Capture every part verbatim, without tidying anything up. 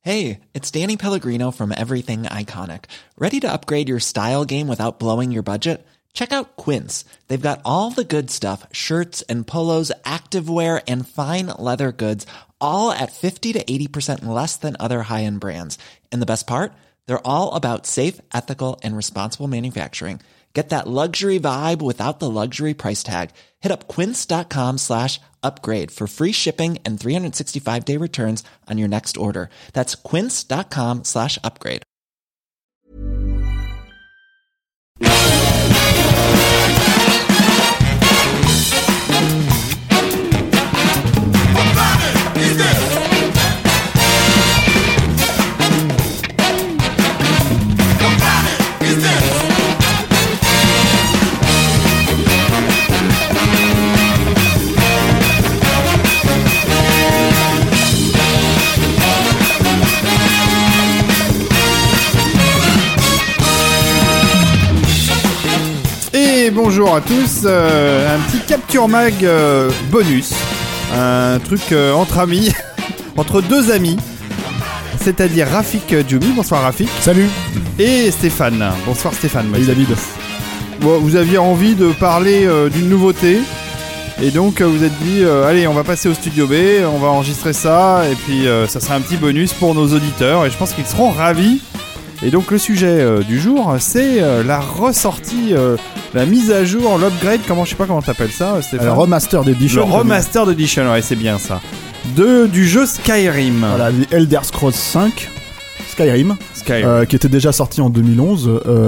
Hey, it's Danny Pellegrino from Everything Iconic. Ready to upgrade your style game without blowing your budget? Check out Quince. They've got all the good stuff, shirts and polos, activewear, and fine leather goods, all at fifty to eighty percent less than other high-end brands. And the best part? They're all about safe, ethical, and responsible manufacturing. Get that luxury vibe without the luxury price tag. Hit up quince.com slash upgrade for free shipping and three sixty-five day returns on your next order. That's quince.com slash upgrade. Et bonjour à tous, euh, un petit Capture Mag euh, bonus, un truc euh, entre amis, entre deux amis, c'est-à-dire Rafik Djoumi, bonsoir Rafik. Salut. Et Stéphane, bonsoir Stéphane. Salut David. Bon, vous aviez envie de parler euh, d'une nouveauté, et donc euh, vous êtes dit, euh, allez on va passer au studio B, on va enregistrer ça, et puis euh, ça sera un petit bonus pour nos auditeurs, et je pense qu'ils seront ravis. Et donc le sujet euh, du jour, c'est euh, la ressortie, euh, la mise à jour, l'upgrade, comment je sais pas comment t'appelles ça, Stéphane. Le Remastered Edition. Le Remastered Edition, ouais, c'est bien ça. De du jeu Skyrim. Voilà, The Elder Scrolls cinq, Skyrim, Skyrim. Euh, qui était déjà sorti en deux mille onze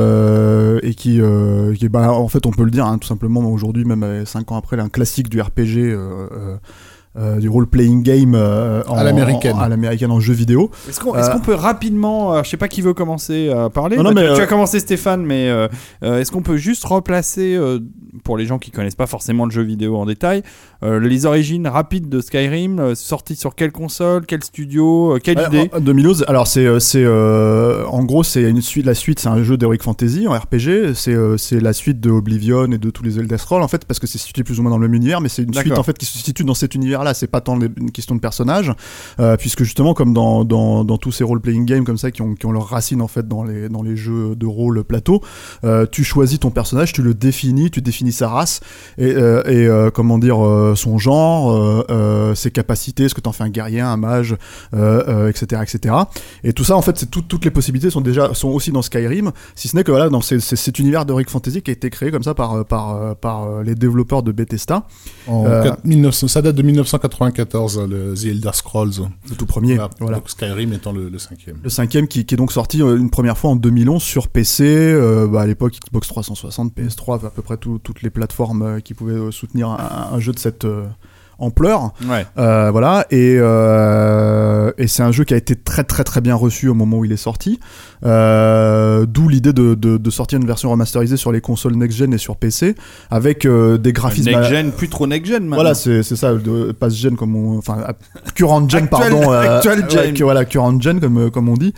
euh, et qui, euh, qui bah, en fait, on peut le dire, hein, tout simplement aujourd'hui, même cinq ans après, un classique du R P G. Euh, euh, Euh, du role-playing game euh, en, à l'américaine, en, à l'américaine en jeu vidéo. Est-ce qu'on, est-ce qu'on peut rapidement, euh, je sais pas qui veut commencer à parler. Non, non, bah, mais tu, euh... tu as commencé Stéphane, mais euh, euh, est-ce qu'on peut juste replacer euh, pour les gens qui connaissent pas forcément le jeu vidéo en détail, euh, les origines rapides de Skyrim, euh, sorti sur quelle console, quel studio, euh, quelle ouais, idée. En deux mille onze, alors c'est c'est euh, en gros c'est une suite, la suite c'est un jeu d'Heroic Fantasy en R P G, c'est euh, c'est la suite de Oblivion et de tous les Elder Scrolls en fait parce que c'est situé plus ou moins dans le même univers, mais c'est une D'accord. suite en fait qui se situe dans cet univers-là, c'est pas tant les une question de personnage, euh, puisque justement comme dans, dans, dans tous ces role-playing games comme ça qui ont, qui ont leurs racines en fait dans les, dans les jeux de rôle plateau, euh, tu choisis ton personnage, tu le définis, tu définis sa race et, euh, et euh, comment dire euh, son genre, euh, euh, ses capacités, est-ce que t'en fais un guerrier, un mage, euh, euh, et cetera, et cetera. Et tout ça en fait, c'est tout, toutes les possibilités sont déjà sont aussi dans Skyrim, si ce n'est que voilà dans ces, c'est cet univers d'Heroic Fantasy qui a été créé comme ça par par par les développeurs de Bethesda. En euh, quatre, mille neuf cents, ça date de mille neuf cent quatre-vingt-quatorze. Le The Elder Scrolls, le tout premier, voilà, voilà. Donc Skyrim étant le, le cinquième. Le cinquième qui, qui est donc sorti euh, une première fois en deux mille onze sur P C, euh, bah, à l'époque Xbox trois cent soixante, P S trois, à peu près tout, toutes les plateformes euh, qui pouvaient euh, soutenir un, un jeu de cette euh, ampleur. Ouais. Euh, voilà, et, euh, et c'est un jeu qui a été très très très bien reçu au moment où il est sorti. Euh, d'où l'idée de, de, de sortir une version remasterisée sur les consoles next-gen et sur P C avec euh, des graphismes. Next-gen, plus trop next-gen maintenant. Voilà, c'est, c'est ça, de pass-gen comme on. Enfin, current-gen, Actuel, pardon. Euh, actual-gen. Ouais, que, voilà, current-gen comme, comme on dit.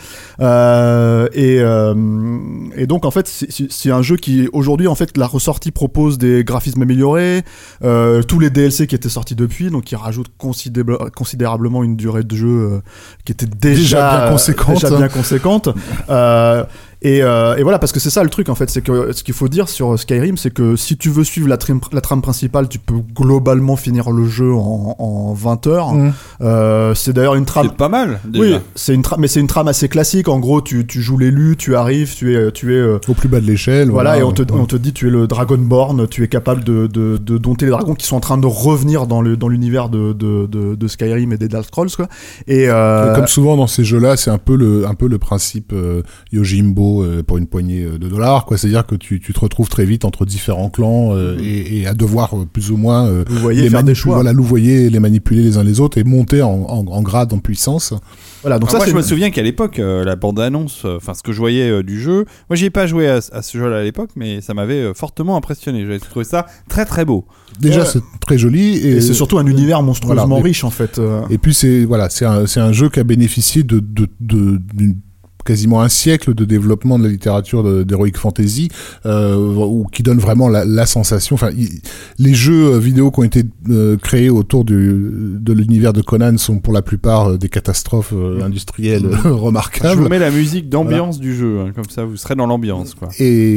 Euh, et, euh, et donc, en fait, c'est, c'est un jeu qui, aujourd'hui, en fait, la ressortie propose des graphismes améliorés, euh, tous les D L C qui étaient sortis depuis, donc qui rajoutent considérable, considérablement une durée de jeu euh, qui était déjà, déjà bien conséquente. Déjà bien conséquente. euh, Et, euh, et voilà, parce que c'est ça le truc en fait, c'est que ce qu'il faut dire sur Skyrim, c'est que si tu veux suivre la, trim, la trame principale, tu peux globalement finir le jeu en, en vingt heures. Mmh. Euh, c'est d'ailleurs une trame. C'est pas mal. Déjà. Oui, c'est une trame, mais c'est une trame assez classique. En gros, tu, tu joues l'élu, tu arrives, tu es, tu es euh, au plus bas de l'échelle. Voilà, voilà, et on te, ouais. on te dit tu es le Dragonborn, tu es capable de, de, de dompter les dragons qui sont en train de revenir dans le dans l'univers de, de, de, de Skyrim et des Elder Scrolls quoi. Et euh... comme souvent dans ces jeux-là, c'est un peu le un peu le principe euh, Yojimbo euh, pour une poignée de dollars, quoi. C'est-à-dire que tu, tu te retrouves très vite entre différents clans euh, mmh. et, et à devoir euh, plus ou moins euh, vous voyez les faire manip- des choix. Voilà, louvoyer, les manipuler les uns les autres et monter en, en, en grade, en puissance. Voilà, donc Alors ça, moi c'est... je me souviens qu'à l'époque, euh, la bande-annonce, enfin euh, ce que je voyais euh, du jeu, moi j'y ai pas joué à, à ce jeu-là à l'époque, mais ça m'avait euh, fortement impressionné. J'avais trouvé ça très très beau. Déjà, ouais. c'est très joli et, et c'est surtout un univers monstrueusement voilà, riche en fait. Euh... Et puis c'est voilà, c'est un c'est un jeu qui a bénéficié de de, de d'une quasiment un siècle de développement de la littérature de, d'heroic fantasy, euh, ou qui donne vraiment la, la sensation. Enfin, il, les jeux vidéo qui ont été euh, créés autour du, de l'univers de Conan sont pour la plupart euh, des catastrophes euh, industrielles euh, remarquables. Je vous mets la musique d'ambiance voilà. du jeu, hein, comme ça vous serez dans l'ambiance, quoi.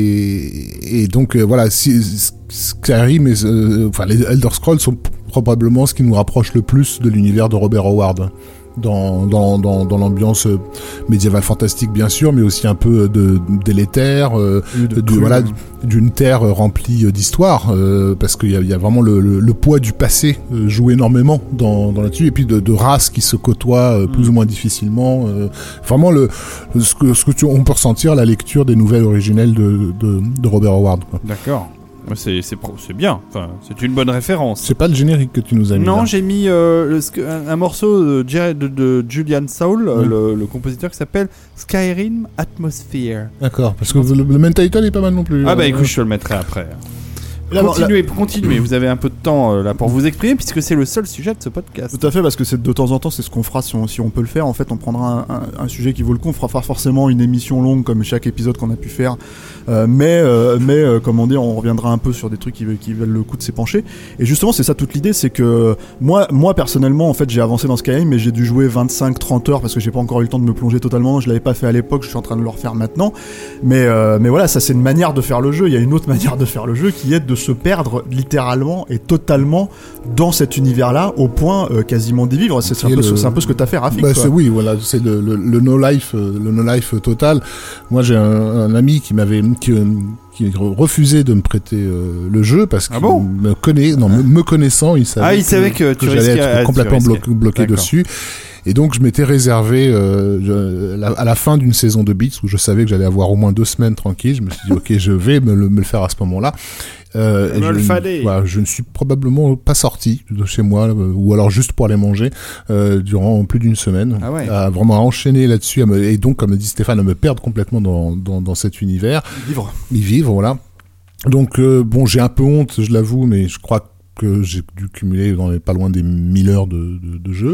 Et, et donc euh, voilà, si, Skyrim, et, euh, enfin les Elder Scrolls sont probablement ce qui nous rapproche le plus de l'univers de Robert Howard. Dans, dans, dans, dans l'ambiance médiévale fantastique bien sûr, mais aussi un peu de délétère, euh, de, de, voilà, d'une terre remplie d'histoire, euh, parce qu'il y a, il y a vraiment le, le, le poids du passé euh, joue énormément dans, dans là-dessus, et puis de, de races qui se côtoient euh, plus mm. ou moins difficilement. Euh, vraiment le, ce que, ce que tu, on peut ressentir à la lecture des nouvelles originelles de, de, de Robert Howard, quoi. D'accord. C'est, c'est, c'est bien, enfin, c'est une bonne référence. C'est pas le générique que tu nous as mis. Non, là. j'ai mis euh, le, un, un morceau de, de, de Julian Saul, mmh. le, le compositeur qui s'appelle Skyrim Atmosphere. D'accord, parce que le, le main title est pas mal non plus. Ah bah écoute, je te le mettrai après. Là, continuez, là... continuez, vous avez un peu de temps euh, là pour vous exprimer puisque c'est le seul sujet de ce podcast. Tout à fait, parce que c'est de temps en temps, c'est ce qu'on fera si on, si on peut le faire. En fait, on prendra un, un, un sujet qui vaut le coup. On fera pas forcément une émission longue comme chaque épisode qu'on a pu faire, euh, mais euh, mais euh, comment dire, on reviendra un peu sur des trucs qui, qui valent le coup de s'épancher. Et justement, c'est ça toute l'idée, c'est que moi, moi personnellement, en fait, j'ai avancé dans Skyrim, mais j'ai dû jouer vingt-cinq trente heures parce que j'ai pas encore eu le temps de me plonger totalement. Je l'avais pas fait à l'époque, je suis en train de le refaire maintenant. Mais euh, mais voilà, ça c'est une manière de faire le jeu. Il y a une autre manière de faire le jeu qui est de se perdre littéralement et totalement dans cet univers-là au point euh, quasiment d'y vivre. C'est, c'est, un peu, le... c'est un peu ce que t'as fait, Rafik. Bah, c'est, oui, voilà, c'est le, le, le no life, le no life total. Moi, j'ai un, un ami qui m'avait qui, qui refusait de me prêter euh, le jeu parce qu'il ah bon me connaît, non, ah. me, me connaissant, il savait, ah, il que, savait que, que, que j'allais être à, complètement bloqué, bloqué dessus. Et donc je m'étais réservé euh, je, la, à la fin d'une saison de Beats où je savais que j'allais avoir au moins deux semaines tranquille. Je me suis dit ok, je vais me le, me le faire à ce moment-là. Euh, et je, voilà, je ne suis probablement pas sorti de chez moi, euh, ou alors juste pour aller manger euh, durant plus d'une semaine. Ah ouais. À vraiment enchaîner là-dessus, à me, et donc comme le dit Stéphane, à me perdre complètement dans, dans, dans cet univers. Y vivre. Y vivre, voilà. Donc euh, bon, j'ai un peu honte, je l'avoue, mais je crois que que j'ai dû cumuler dans les pas loin des mille heures de, de, de jeu,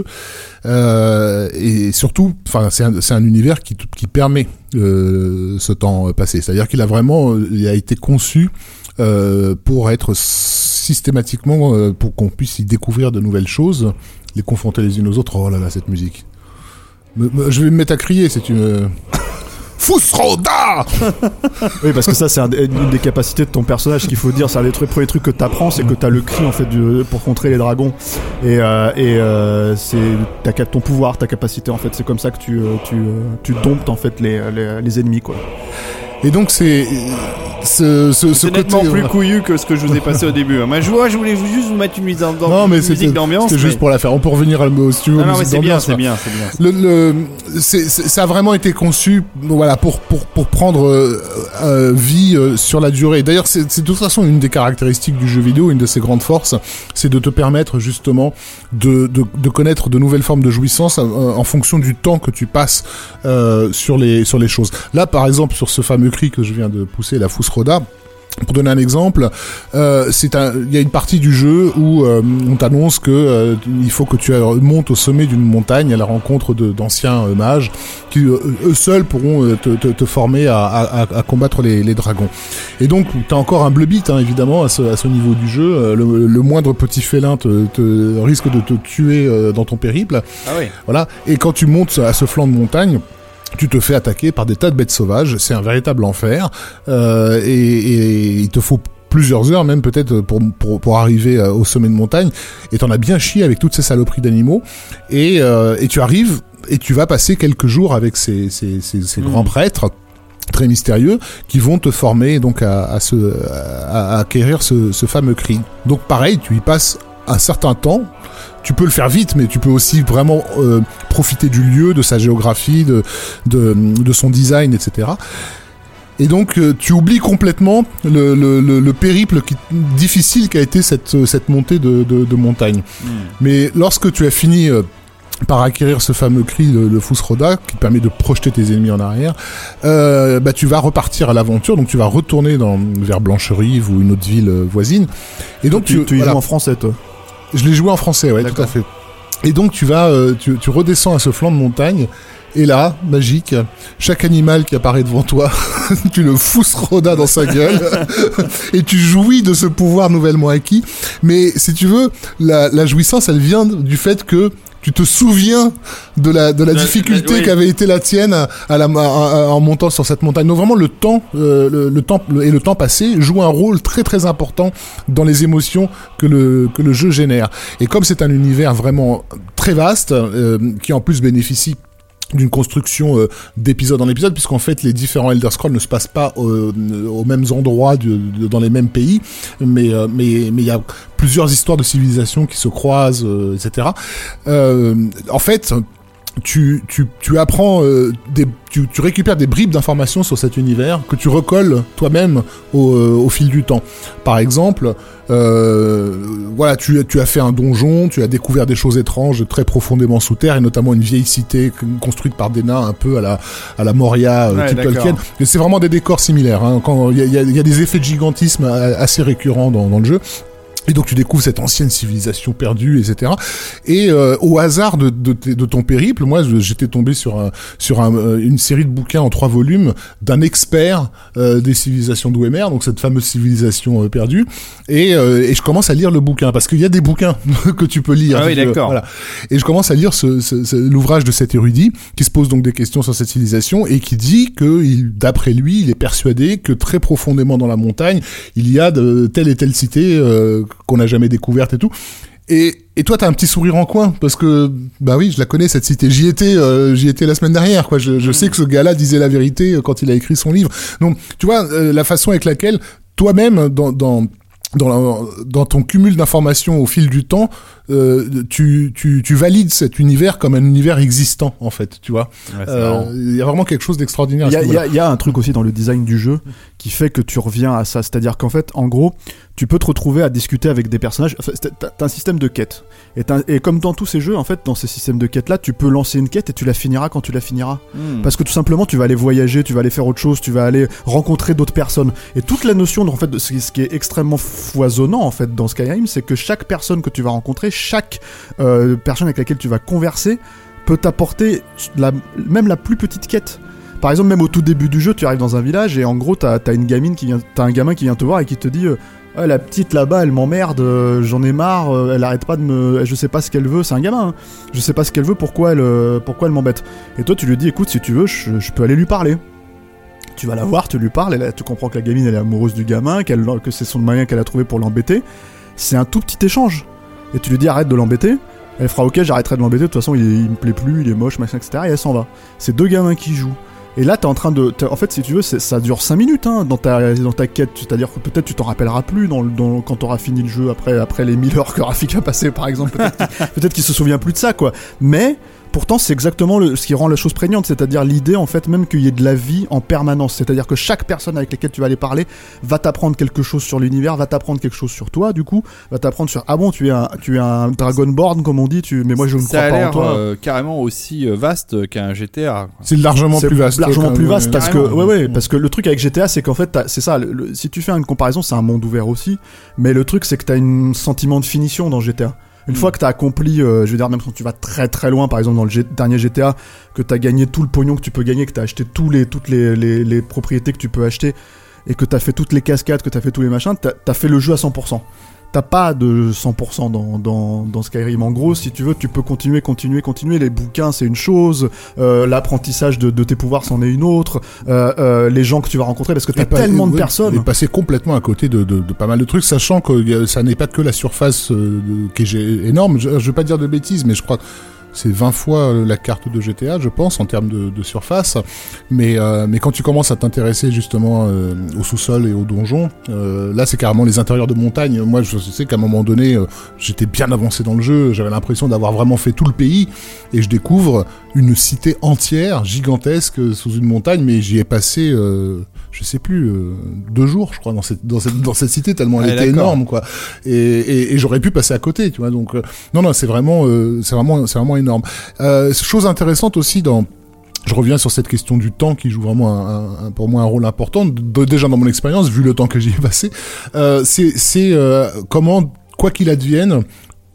euh, et surtout, enfin, c'est un, c'est un univers qui, qui permet euh, ce temps passé. C'est-à-dire qu'il a vraiment, il a été conçu euh, pour être systématiquement, euh, pour qu'on puisse y découvrir de nouvelles choses, les confronter les unes aux autres. Oh là là, cette musique. Me, me, je vais me mettre à crier, c'est une. Fusroda. Oui, parce que ça c'est un, une des capacités de ton personnage. Ce qu'il faut dire, c'est un des premiers trucs que t'apprends, c'est que t'as le cri en fait du, pour contrer les dragons, et, euh, et euh, c'est ta, ton pouvoir, ta capacité en fait. C'est comme ça que tu tu tu domptes en fait les les, les ennemis, quoi. Et donc c'est ce, ce, ce c'est côté nettement plus couillu que ce que je vous ai passé au début. Moi, je vois, je voulais juste vous mettre une musique d'ambiance. Non, mais une musique d'ambiance. C'est mais... juste pour la faire. On peut revenir au studio. Non, non, mais c'est bien, c'est bien, c'est bien. Le, le, c'est, c'est, ça a vraiment été conçu, voilà, pour pour pour prendre euh, euh, vie euh, sur la durée. D'ailleurs, c'est, c'est de toute façon une des caractéristiques du jeu vidéo, une de ses grandes forces, c'est de te permettre justement de de, de connaître de nouvelles formes de jouissance euh, en fonction du temps que tu passes euh, sur les sur les choses. Là, par exemple, sur ce fameux cri que je viens de pousser, la Fusroda. Pour donner un exemple, euh, c'est un, il y a une partie du jeu où euh, on t'annonce que euh, il faut que tu montes au sommet d'une montagne à la rencontre de, d'anciens euh, mages qui euh, eux seuls pourront euh, te, te, te former à, à, à combattre les, les dragons. Et donc t'as encore un bleu beat, hein, évidemment à ce, à ce niveau du jeu. Euh, le, le moindre petit félin te, te risque de te tuer euh, dans ton périple. Ah oui. Voilà. Et quand tu montes à ce flanc de montagne, tu te fais attaquer par des tas de bêtes sauvages, c'est un véritable enfer, euh, et, et il te faut plusieurs heures même peut-être pour, pour, pour arriver au sommet de montagne, et t'en as bien chié avec toutes ces saloperies d'animaux, et, euh, et tu arrives, et tu vas passer quelques jours avec ces, ces, ces, ces mmh. grands prêtres, très mystérieux, qui vont te former donc à, à, se, à, à acquérir ce, ce fameux cri. Donc pareil, tu y passes un certain temps. Tu peux le faire vite, mais tu peux aussi vraiment euh, profiter du lieu, de sa géographie, de, de, de son design, et cetera. Et donc, euh, tu oublies complètement le, le, le, le périple qui, difficile qu'a été cette, cette montée de, de, de montagne. Mmh. Mais lorsque tu as fini euh, par acquérir ce fameux cri, le, le Fusroda, qui permet de projeter tes ennemis en arrière, euh, bah, tu vas repartir à l'aventure, donc tu vas retourner dans, vers Blancherive ou une autre ville voisine. Et donc, tu, tu, tu y voilà. joues en français, toi? Je l'ai joué en français, ouais, D'accord. tout à fait. Et donc tu vas, euh, tu, tu redescends à ce flanc de montagne, Et là, magique, chaque animal qui apparaît devant toi, tu le fousses Roda dans sa gueule et tu jouis de ce pouvoir nouvellement acquis. Mais si tu veux, la, la jouissance, elle vient du fait que tu te souviens de la de la de, difficulté de, oui. qu'avait été la tienne à, à la, à, à, en montant sur cette montagne. Donc vraiment le temps, euh, le, le temps le, et le temps passé joue un rôle très très important dans les émotions que le que le jeu génère. Et comme c'est un univers vraiment très vaste, euh, qui en plus bénéficie d'une construction euh, d'épisode en épisode, puisqu'en fait les différents Elder Scrolls ne se passent pas euh, aux mêmes endroits de, de, dans les mêmes pays, mais euh, mais mais il y a plusieurs histoires de civilisations qui se croisent, euh, et cetera. Euh, en fait, tu tu tu apprends euh, des tu tu récupères des bribes d'informations sur cet univers que tu recolles toi-même au euh, au fil du temps. Par exemple, euh, voilà, tu tu as fait un donjon, tu as découvert des choses étranges très profondément sous terre, et notamment une vieille cité construite par des nains un peu à la à la Moria, euh, ouais, type Tolkien. Et c'est vraiment des décors similaires, hein. Quand il y a il y a, y a des effets de gigantisme assez récurrents dans dans le jeu. Et donc tu découvres cette ancienne civilisation perdue, et cetera. Et euh, au hasard de, de, de ton périple, moi j'étais tombé sur un, sur un, une série de bouquins en trois volumes d'un expert euh, des civilisations d'Ouemer, donc cette fameuse civilisation euh, perdue. Et, euh, et je commence à lire le bouquin parce qu'il y a des bouquins que tu peux lire. Ah oui, d'accord. Voilà. Et je commence à lire ce, ce, ce, l'ouvrage de cet érudit qui se pose donc des questions sur cette civilisation et qui dit que, il, d'après lui, il est persuadé que très profondément dans la montagne, il y a de telle et telle cité euh, qu'on n'a jamais découverte et tout. Et, et toi, t'as un petit sourire en coin parce que, bah oui, je la connais cette cité. J'y étais, euh, j'y étais la semaine dernière, quoi. Je, je sais que ce gars-là disait la vérité quand il a écrit son livre. Donc, tu vois, euh, la façon avec laquelle toi-même, dans, dans Dans, la, dans ton cumul d'informations au fil du temps, euh, tu, tu, tu valides cet univers comme un univers existant, en fait, tu vois. Il ouais, euh, y a vraiment quelque chose d'extraordinaire. Il y, y, y a un truc aussi dans le design du jeu qui fait que tu reviens à ça. C'est-à-dire qu'en fait, en gros, tu peux te retrouver à discuter avec des personnages. Enfin, t'as, t'as un système de quête. Et, et comme dans tous ces jeux, en fait, dans ces systèmes de quête-là, tu peux lancer une quête et tu la finiras quand tu la finiras. Mm. Parce que tout simplement, tu vas aller voyager, tu vas aller faire autre chose, tu vas aller rencontrer d'autres personnes. Et toute la notion, en fait, de ce qui est extrêmement foisonnant, en fait, dans Skyrim, c'est que chaque personne que tu vas rencontrer, chaque euh, personne avec laquelle tu vas converser, peut t'apporter la, même la plus petite quête. Par exemple, même au tout début du jeu, tu arrives dans un village et en gros, t'as, t'as une gamine qui vient, t'as un gamin qui vient te voir et qui te dit euh, ouais, la petite là-bas, elle m'emmerde, euh, j'en ai marre, euh, elle arrête pas de me, je sais pas ce qu'elle veut, c'est un gamin, hein. Je sais pas ce qu'elle veut, pourquoi elle, euh, pourquoi elle m'embête. Et toi, tu lui dis, écoute, si tu veux, je, je peux aller lui parler. Tu vas la voir, tu lui parles, et là, tu comprends que la gamine, elle est amoureuse du gamin, qu'elle, que c'est son moyen qu'elle a trouvé pour l'embêter. C'est un tout petit échange. Et tu lui dis, arrête de l'embêter. Elle fera, ok, j'arrêterai de l'embêter, de toute façon, il, est, il me plaît plus, il est moche, machin, et cetera. Et elle s'en va. C'est deux gamins qui jouent. Et là, t'es en train de... En fait, si tu veux, ça dure cinq minutes hein, dans, ta, dans ta quête. C'est-à-dire que peut-être tu t'en rappelleras plus dans, dans, quand t'auras fini le jeu, après, après les mille heures que Rafik a passé, par exemple. Peut-être qu'il, peut-être qu'il se souvient plus de ça, quoi. Mais... Pourtant, c'est exactement le, ce qui rend la chose prégnante, c'est-à-dire l'idée, en fait, même qu'il y ait de la vie en permanence. C'est-à-dire que chaque personne avec laquelle tu vas aller parler va t'apprendre quelque chose sur l'univers, va t'apprendre quelque chose sur toi, du coup, va t'apprendre sur, ah bon, tu es un, tu es un Dragonborn, comme on dit, tu, mais moi je ne ça crois a pas l'air, en toi. Euh, carrément aussi vaste qu'un G T A. C'est largement c'est plus vaste. largement plus vaste parce que, ouais, ouais, mmh. parce que le truc avec G T A, c'est qu'en fait, t'as, c'est ça, le, le, si tu fais une comparaison, c'est un monde ouvert aussi, mais le truc, c'est que t'as un sentiment de finition dans G T A. Une mmh. fois que t'as accompli, euh, je veux dire, même quand tu vas très très loin, par exemple dans le G- dernier G T A, que t'as gagné tout le pognon que tu peux gagner, que t'as acheté tous les, toutes les, les, les propriétés que tu peux acheter, et que t'as fait toutes les cascades, que t'as fait tous les machins, t'as, t'as fait le jeu à cent pour cent. T'as pas de cent pour cent dans, dans, dans Skyrim. En gros, si tu veux, tu peux continuer, continuer, continuer. Les bouquins, c'est une chose. Euh, l'apprentissage de, de tes pouvoirs, c'en est une autre. Euh, euh, les gens que tu vas rencontrer, parce que t'as pas, tellement de oui, personnes. Et passer complètement à côté de, de, de pas mal de trucs, sachant que ça n'est pas que la surface euh, de, qui est énorme. Je, je vais pas dire de bêtises, mais je crois que c'est vingt fois la carte de G T A, je pense, en termes de, de surface. Mais, euh, mais quand tu commences à t'intéresser justement euh, au sous-sol et au donjon, euh, là c'est carrément les intérieurs de montagne. Moi je sais qu'à un moment donné, euh, j'étais bien avancé dans le jeu, j'avais l'impression d'avoir vraiment fait tout le pays, et je découvre une cité entière, gigantesque, sous une montagne, mais j'y ai passé... Euh, je sais plus, euh, deux jours, je crois, dans cette, dans cette, dans cette cité, tellement elle ah, était d'accord. énorme, quoi. Et, et, et j'aurais pu passer à côté, tu vois. Donc, euh, non, non, c'est vraiment, euh, c'est vraiment, c'est vraiment énorme. Euh, chose intéressante aussi dans, je reviens sur cette question du temps qui joue vraiment un, un, pour moi un rôle important. De, déjà dans mon expérience, vu le temps que j'y ai passé, euh, c'est, c'est euh, comment, quoi qu'il advienne,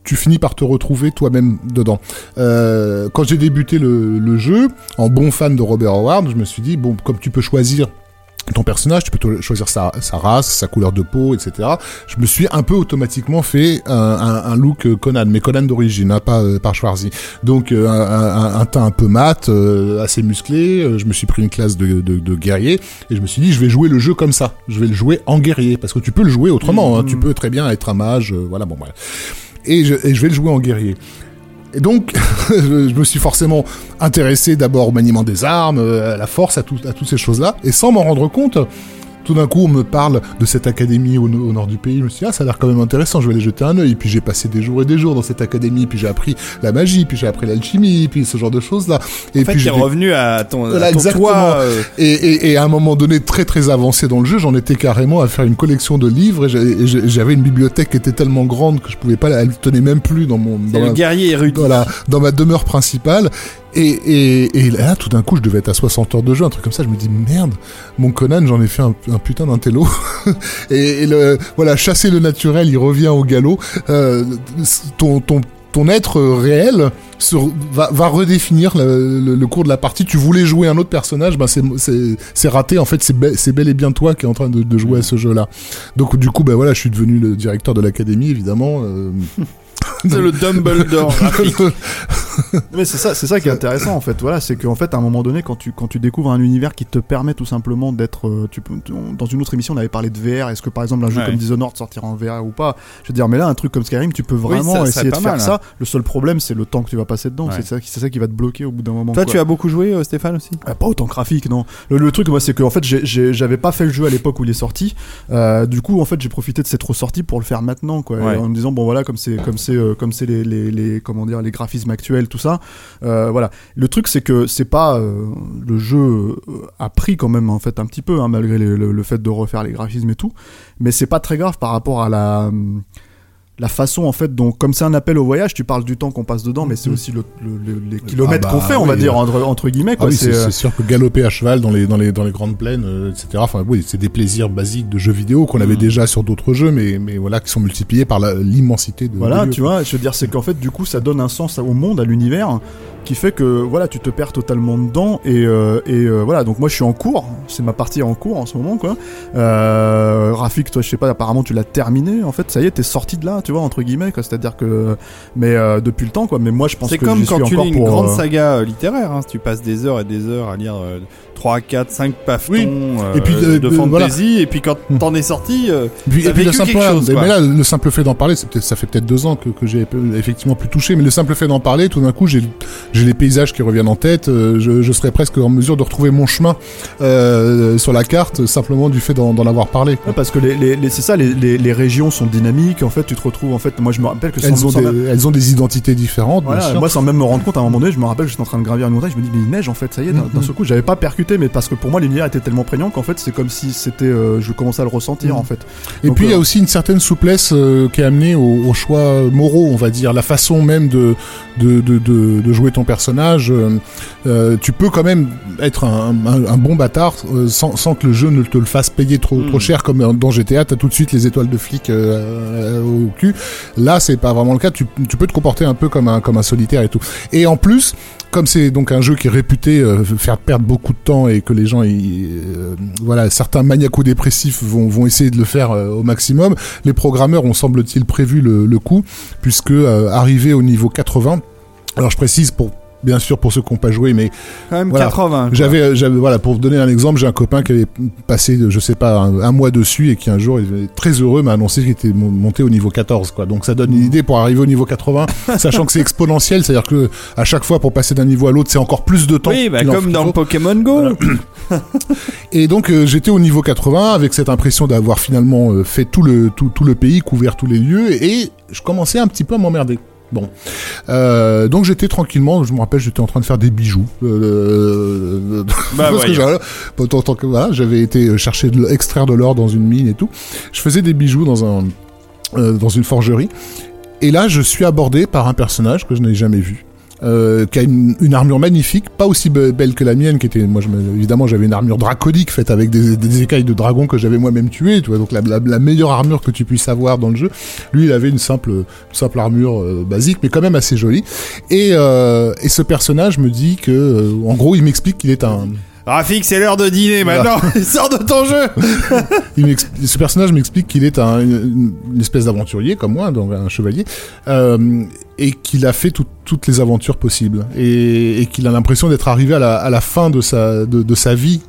tu finis par te retrouver toi-même dedans. Euh, quand j'ai débuté le, le jeu, en bon fan de Robert Howard, je me suis dit, bon, comme tu peux choisir ton personnage, tu peux te choisir sa, sa race, sa couleur de peau, et cetera. Je me suis un peu automatiquement fait un, un, un look Conan, mais Conan d'origine, hein, pas euh, par Schwarzy. Donc euh, un, un, un teint un peu mat, euh, assez musclé. Euh, je me suis pris une classe de, de, de guerrier et je me suis dit, je vais jouer le jeu comme ça. Je vais le jouer en guerrier parce que tu peux le jouer autrement. Mmh. Hein. Tu peux très bien être un mage, euh, voilà, bon, voilà. Et je, et je vais le jouer en guerrier. Et donc, je me suis forcément intéressé d'abord au maniement des armes, à la force, à, tout, à toutes ces choses-là. Et sans m'en rendre compte, tout d'un coup, on me parle de cette académie au, au nord du pays. Je me suis dit, ah, ça a l'air quand même intéressant, je vais aller jeter un œil. Et puis j'ai passé des jours et des jours dans cette académie, puis j'ai appris la magie, puis j'ai appris l'alchimie, puis ce genre de choses-là. Et en fait, puis t'es revenu à ton, voilà, à ton exactement. toit. Euh... Et, et, et à un moment donné, très très avancé dans le jeu, j'en étais carrément à faire une collection de livres. Et j'avais une bibliothèque qui était tellement grande que je pouvais pas, elle tenait même plus dans mon. Dans le ma, guerrier érudit. Voilà, dans ma demeure principale. Et, et, et là, tout d'un coup, je devais être à soixante heures de jeu, un truc comme ça. Je me dis, merde, mon Conan, j'en ai fait un, un putain d'intello. et, et le, voilà, chasser le naturel, il revient au galop. Euh, ton, ton, ton être réel se, va, va redéfinir le, le, le cours de la partie. Tu voulais jouer un autre personnage, ben c'est, c'est, c'est raté. En fait, c'est, be, c'est bel et bien toi qui es en train de, de jouer à ce jeu-là. Donc, du coup, ben voilà, je suis devenu le directeur de l'académie, évidemment. Euh, c'est le Dumbledore graphique. Mais c'est ça, c'est ça qui est intéressant en fait. Voilà, c'est qu'en fait à un moment donné, quand tu quand tu découvres un univers qui te permet tout simplement d'être, euh, tu peux, dans une autre émission on avait parlé de V R. Est-ce que par exemple un jeu ouais. comme Dishonored sortira en V R ou pas? Je veux dire, mais là un truc comme Skyrim, tu peux vraiment oui, ça, essayer de faire mal, ça. Hein. Le seul problème c'est le temps que tu vas passer dedans. Ouais. C'est ça, c'est ça qui va te bloquer au bout d'un moment. Toi, quoi. Tu as beaucoup joué, euh, Stéphane aussi? Ah, pas autant graphique, non. Le, le truc, moi, c'est que en fait, j'ai, j'ai, j'avais pas fait le jeu à l'époque où il est sorti. Euh, du coup, en fait, j'ai profité de cette ressortie pour le faire maintenant, quoi. Ouais. En me disant bon voilà, comme c'est comme c'est euh, comme c'est les, les les comment dire les graphismes actuels, tout ça. Euh, voilà. Le truc, c'est que c'est pas euh, le jeu euh, a pris quand même en fait un petit peu, hein, malgré les, le, le fait de refaire les graphismes et tout. Mais c'est pas très grave par rapport à la la façon en fait dont, comme c'est un appel au voyage, tu parles du temps qu'on passe dedans, mais c'est aussi le, le, le, les kilomètres ah bah, qu'on fait, on oui, va dire entre, entre guillemets. Quoi. Ah oui, c'est, c'est, c'est sûr que galoper à cheval dans les dans les dans les grandes plaines, euh, et cetera. Enfin oui, c'est des plaisirs basiques de jeux vidéo qu'on mmh. avait déjà sur d'autres jeux, mais mais voilà qui sont multipliés par la, l'immensité de. Voilà, de tu vois, je veux dire, c'est qu'en fait, du coup, ça donne un sens au monde, à l'univers, qui fait que voilà, tu te perds totalement dedans et euh, et euh, voilà. Donc moi, je suis en cours, c'est ma partie en cours en ce moment, quoi. Euh, Rafik, toi, je sais pas, apparemment, tu l'as terminé. En fait, ça y est, t'es sorti de là, tu vois, entre guillemets, quoi. C'est-à-dire que, mais euh, depuis le temps, quoi. Mais moi, je pense c'est que comme j'y quand suis tu encore lis une pour, grande euh... saga euh, littéraire. Hein, tu passes des heures et des heures à lire euh, trois, quatre, cinq pavetons oui. euh, et puis, euh, de euh, fantasy. Voilà. Et puis quand t'en es sorti, euh, puis, t'as et puis vécu le simple, quelque chose. Mais quoi. là, le simple fait d'en parler, c'est peut-être, ça fait peut-être deux ans que, que j'ai effectivement pu toucher. Mais le simple fait d'en parler, tout d'un coup, j'ai, j'ai les paysages qui reviennent en tête. Euh, je, je serais presque en mesure de retrouver mon chemin euh, sur la carte simplement du fait d'en, d'en avoir parlé. Ouais, parce que les, les, les, c'est ça, les, les, les régions sont dynamiques. En fait, tu te retrouves. En fait, moi, je me rappelle que elles, sans, ont, sans des, même... elles ont des identités différentes. Voilà, bien sûr. Moi, sans même me rendre compte, à un moment donné, je me rappelle que j'étais en train de gravir une montagne. Je me dis, mais il neige en fait. Ça y est, d'un, mm-hmm. d'un seul coup, j'avais pas percuté, mais parce que pour moi, l'univers était tellement prégnant qu'en fait, c'est comme si c'était, euh, je commençais à le ressentir mm-hmm. en fait. Et Donc, puis il euh... y a euh... aussi une certaine souplesse euh, qui est amenée aux au choix moraux, on va dire, la façon même de de de de, de jouer ton personnage. Euh, euh, tu peux quand même être un, un, un bon bâtard euh, sans, sans que le jeu ne te le fasse payer trop mm. trop cher, comme dans G T A, t'as tout de suite les étoiles de flic euh, euh, au cul. Là, c'est pas vraiment le cas. Tu tu peux te comporter un peu comme un comme un solitaire et tout. Et en plus, comme c'est donc un jeu qui est réputé euh, faire perdre beaucoup de temps et que les gens, ils, euh, voilà, certains maniaco-dépressifs vont vont essayer de le faire euh, au maximum, les programmeurs ont semble-t-il prévu le, le coup, puisque euh, arrivé au niveau quatre-vingts, alors je précise pour bien sûr pour ceux qui n'ont pas joué, mais quand même voilà, quatre-vingts. Quoi. J'avais, j'avais, voilà, pour vous donner un exemple, j'ai un copain qui avait passé, je sais pas, un, un mois dessus et qui un jour, il était très heureux, m'a annoncé qu'il était monté au niveau quatorze, quoi. Donc ça donne une idée pour arriver au niveau quatre-vingts, sachant que c'est exponentiel, c'est-à-dire que à chaque fois pour passer d'un niveau à l'autre, c'est encore plus de temps. Oui, bah comme dans Pokémon Go. Voilà. Et donc euh, j'étais au niveau quatre-vingts avec cette impression d'avoir finalement euh, fait tout le tout, tout le pays, couvert tous les lieux, et je commençais un petit peu à m'emmerder. Bon, euh, donc j'étais tranquillement, je me rappelle, j'étais en train de faire des bijoux. Euh, bah parce que j'avais, tant que voilà, j'avais été chercher, de, extraire de l'or dans une mine et tout. Je faisais des bijoux dans un, euh, dans une forgerie. Et là, je suis abordé par un personnage que je n'ai jamais vu. euh, qui a une, une armure magnifique, pas aussi be- belle que la mienne, qui était, moi, je me, évidemment, j'avais une armure draconique faite avec des, des écailles de dragon que j'avais moi-même tué, tu vois, donc la, la, la meilleure armure que tu puisses avoir dans le jeu. Lui, il avait une simple, une simple armure euh, basique, mais quand même assez jolie. Et, euh, et ce personnage me dit que, euh, en gros, il m'explique qu'il est un Rafik, c'est l'heure de dîner maintenant. Sors de ton jeu. Il ce personnage m'explique qu'il est un, une, une espèce d'aventurier comme moi, donc un chevalier, euh, et qu'il a fait tout, toutes les aventures possibles, et, et qu'il a l'impression d'être arrivé à la, à la fin de sa, de, de sa vie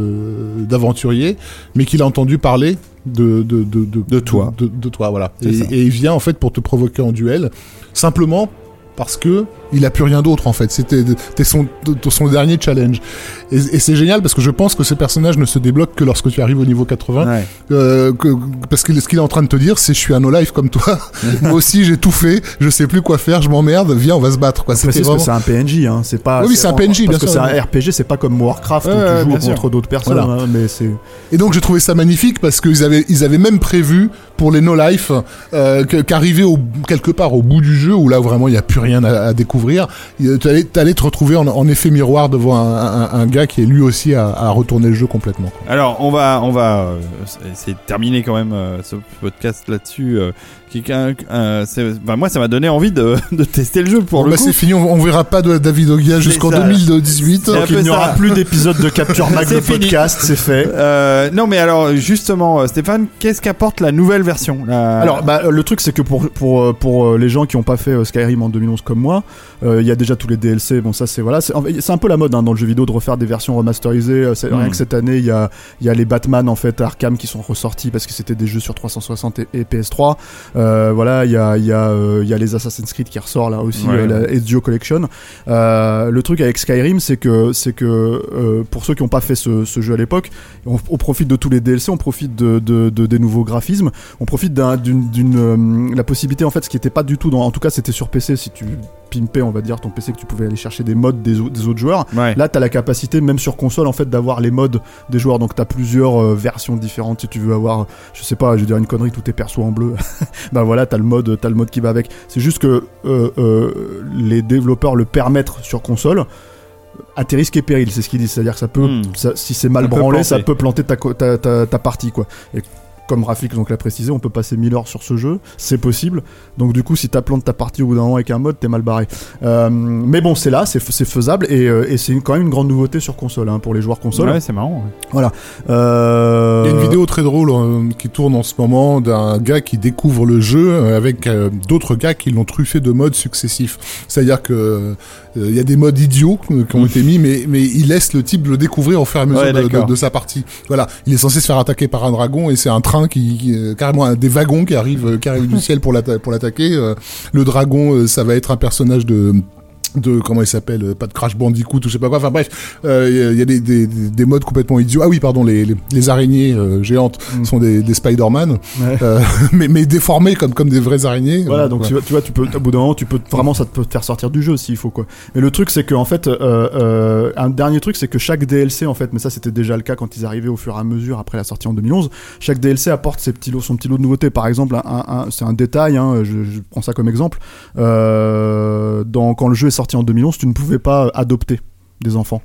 de, d'aventurier, mais qu'il a entendu parler de de de de, de toi, de, de, de toi, voilà. Et, et il vient en fait pour te provoquer en duel, simplement parce que il a plus rien d'autre en fait. C'était, c'était son, son dernier challenge. Et, et c'est génial parce que je pense que ce personnage ne se débloque que lorsque tu arrives au niveau quatre-vingts. Ouais. Euh, que, parce que ce qu'il est en train de te dire, c'est je suis un no-life comme toi. Moi aussi j'ai tout fait, je sais plus quoi faire, je m'emmerde, viens on va se battre. Quoi. C'était vraiment... que c'est un P N J, hein. C'est pas. Oui, oui c'est, c'est un P N J, parce bien que sûr. c'est un R P G, c'est pas comme Warcraft ouais, où ouais, tu joues sûr. contre d'autres personnes. Voilà. Hein, mais c'est... Et donc j'ai trouvé ça magnifique parce qu'ils avaient, ils avaient même prévu pour les no-life euh, qu'arriver au, quelque part au bout du jeu où là vraiment il n'y a plus rien à, à découvrir, tu allais, t'allais te retrouver en, en effet miroir devant un, un, un gars qui est lui aussi à, à retourner le jeu complètement. Alors on va, on va euh, essayer de terminer quand même euh, ce podcast là-dessus. Euh, Quelqu'un, euh, c'est, bah moi ça m'a donné envie de, de tester le jeu pour bon, le bah coup. C'est fini, on, on verra pas de David Ogia jusqu'en deux mille dix-huit. Donc il n'y aura plus d'épisodes de Capture Mag de podcast, c'est fait. Euh, non mais alors justement Stéphane, qu'est-ce qu'apporte la nouvelle version la... Alors bah, le truc c'est que pour, pour, pour les gens qui n'ont pas fait Skyrim en deux mille onze comme moi, il euh, y a déjà tous les D L C, bon ça c'est voilà, c'est, c'est un peu la mode hein, dans le jeu vidéo de refaire des versions remasterisées. C'est, mmh. Rien que cette année il y a, y a les Batman en fait Arkham qui sont ressortis parce que c'était des jeux sur trois cent soixante et, et P S trois. Euh, voilà, il y a, y, a, euh, y a les Assassin's Creed qui ressort là aussi, ouais, euh, la Ezio Collection. Euh, le truc avec Skyrim, c'est que, c'est que euh, pour ceux qui n'ont pas fait ce, ce jeu à l'époque, on, on profite de tous les D L C, on profite de, de, de des nouveaux graphismes, on profite d'un, d'une, d'une euh, la possibilité en fait, ce qui n'était pas du tout dans, en tout cas c'était sur P C si tu pimpais on va dire ton P C que tu pouvais aller chercher des mods des, des autres joueurs. Ouais. Là, t'as la capacité même sur console en fait d'avoir les mods des joueurs, donc t'as plusieurs euh, versions différentes si tu veux avoir, je sais pas, je vais dire une connerie, tous tes persos en bleu. Bah voilà. T'as le mode, t'as le mode qui va avec. C'est juste que euh, euh, les développeurs le permettent sur console à tes risques et périls, c'est ce qu'ils disent. C'est-à-dire que ça peut, mmh. ça, si c'est mal ça branlé, ça peut planter ta, ta, ta, ta partie, quoi. Et comme Rafik donc l'a précisé, on peut passer mille heures sur ce jeu, c'est possible. Donc du coup, si t'as planté ta partie au bout d'un moment avec un mode, t'es mal barré. Euh, mais bon, c'est là, c'est, c'est faisable et, euh, et c'est une, quand même une grande nouveauté sur console hein, pour les joueurs console. Ouais, c'est marrant. Ouais. Voilà. Euh... Il y a une vidéo très drôle euh, qui tourne en ce moment d'un gars qui découvre le jeu euh, avec euh, d'autres gars qui l'ont truffé de modes successifs. C'est-à-dire que il euh, y a des modes idiots euh, qui ont été mis, mais mais il laisse le type le découvrir au fur et à mesure ouais, de, de, de sa partie. Voilà, il est censé se faire attaquer par un dragon et c'est un train qui, qui euh, carrément un, des wagons qui arrivent euh, qui arrivent du ciel pour l'atta- pour l'attaquer. Euh, le dragon, euh, ça va être un personnage de de comment il s'appelle, pas de Crash Bandicoot ou je sais pas quoi, enfin bref, il euh, y, y a des, des, des modes complètement idiots. Ah oui, pardon, les, les, les araignées euh, géantes mm. sont des, des Spider-Man, ouais. euh, mais, mais déformées comme, comme des vraies araignées. Voilà, donc ouais. tu, vois, tu vois, tu peux, au bout d'un moment, tu peux, vraiment, ça peut te faire sortir du jeu s'il faut, quoi. Mais le truc, c'est que, en fait, euh, euh, un dernier truc, c'est que chaque D L C, en fait, mais ça c'était déjà le cas quand ils arrivaient au fur et à mesure après la sortie en deux mille onze, chaque D L C apporte ses petits lots, son petit lot de nouveautés. Par exemple, un, un, c'est un détail, hein, je, je prends ça comme exemple, euh, dans, quand le jeu est sorti en deux mille onze, tu ne pouvais pas adopter des enfants.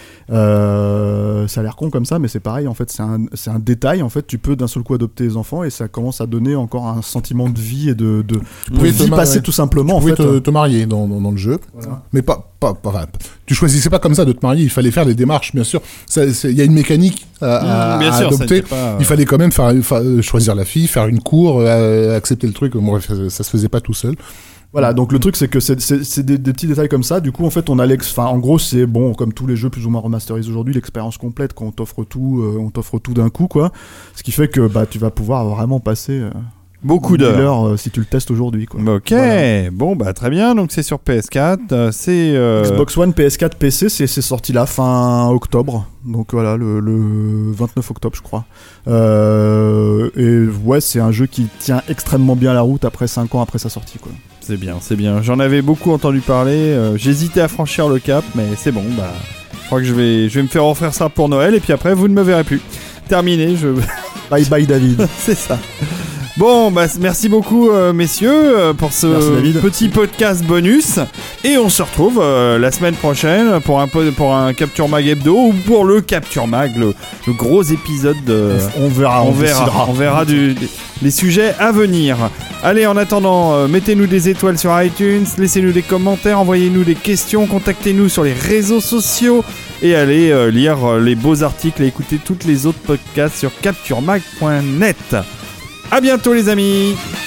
Euh, ça a l'air con comme ça, mais c'est pareil en fait, c'est un, c'est un détail en fait. Tu peux d'un seul coup adopter les enfants et ça commence à donner encore un sentiment de vie et de, de, de vie mar- passée ouais. tout simplement. Tu pouvais en fait, te, te marier dans, dans, dans le jeu, voilà. Mais pas, pas, pas, enfin, tu choisissais pas comme ça de te marier. Il fallait faire les démarches, bien sûr. Il y a une mécanique à, mmh, à, à sûr, adopter. Pas... Il fallait quand même faire, faire, choisir la fille, faire une cour, euh, accepter le truc. Bon, ça, ça se faisait pas tout seul. Voilà, donc le truc c'est que c'est, c'est, c'est des, des petits détails comme ça. Du coup, en fait, on a l'ex, enfin, en gros, c'est bon, comme tous les jeux plus ou moins remasterisés aujourd'hui, l'expérience complète quand on t'offre tout, euh, on t'offre tout d'un coup, quoi. Ce qui fait que bah tu vas pouvoir vraiment passer euh, beaucoup d'heures euh, si tu le testes aujourd'hui, quoi. Ok, voilà. Bon bah très bien. Donc c'est sur P S quatre, euh, c'est euh... Xbox One, P S quatre, P C, c'est, c'est sorti là fin octobre. Donc voilà, le, le vingt-neuf octobre, je crois. Euh, et ouais, c'est un jeu qui tient extrêmement bien la route après cinq ans après sa sortie, quoi. C'est bien, c'est bien. J'en avais beaucoup entendu parler. Euh, j'hésitais à franchir le cap, mais c'est bon. Bah, je crois que je vais, je vais me faire offrir ça pour Noël et puis après, vous ne me verrez plus. Terminé. Je. Bye bye David. C'est ça. Bon, bah merci beaucoup euh, messieurs euh, pour ce Merci, petit podcast bonus. Et on se retrouve euh, la semaine prochaine pour un, po- pour un Capture Mag hebdo ou pour le Capture Mag, le, le gros épisode de... On verra, on, on verra, décidera. on verra du, des, les sujets à venir. Allez, en attendant, euh, mettez-nous des étoiles sur iTunes, laissez-nous des commentaires, envoyez-nous des questions, contactez-nous sur les réseaux sociaux et allez euh, lire euh, les beaux articles et écouter toutes les autres podcasts sur capture mag point net. À bientôt les amis.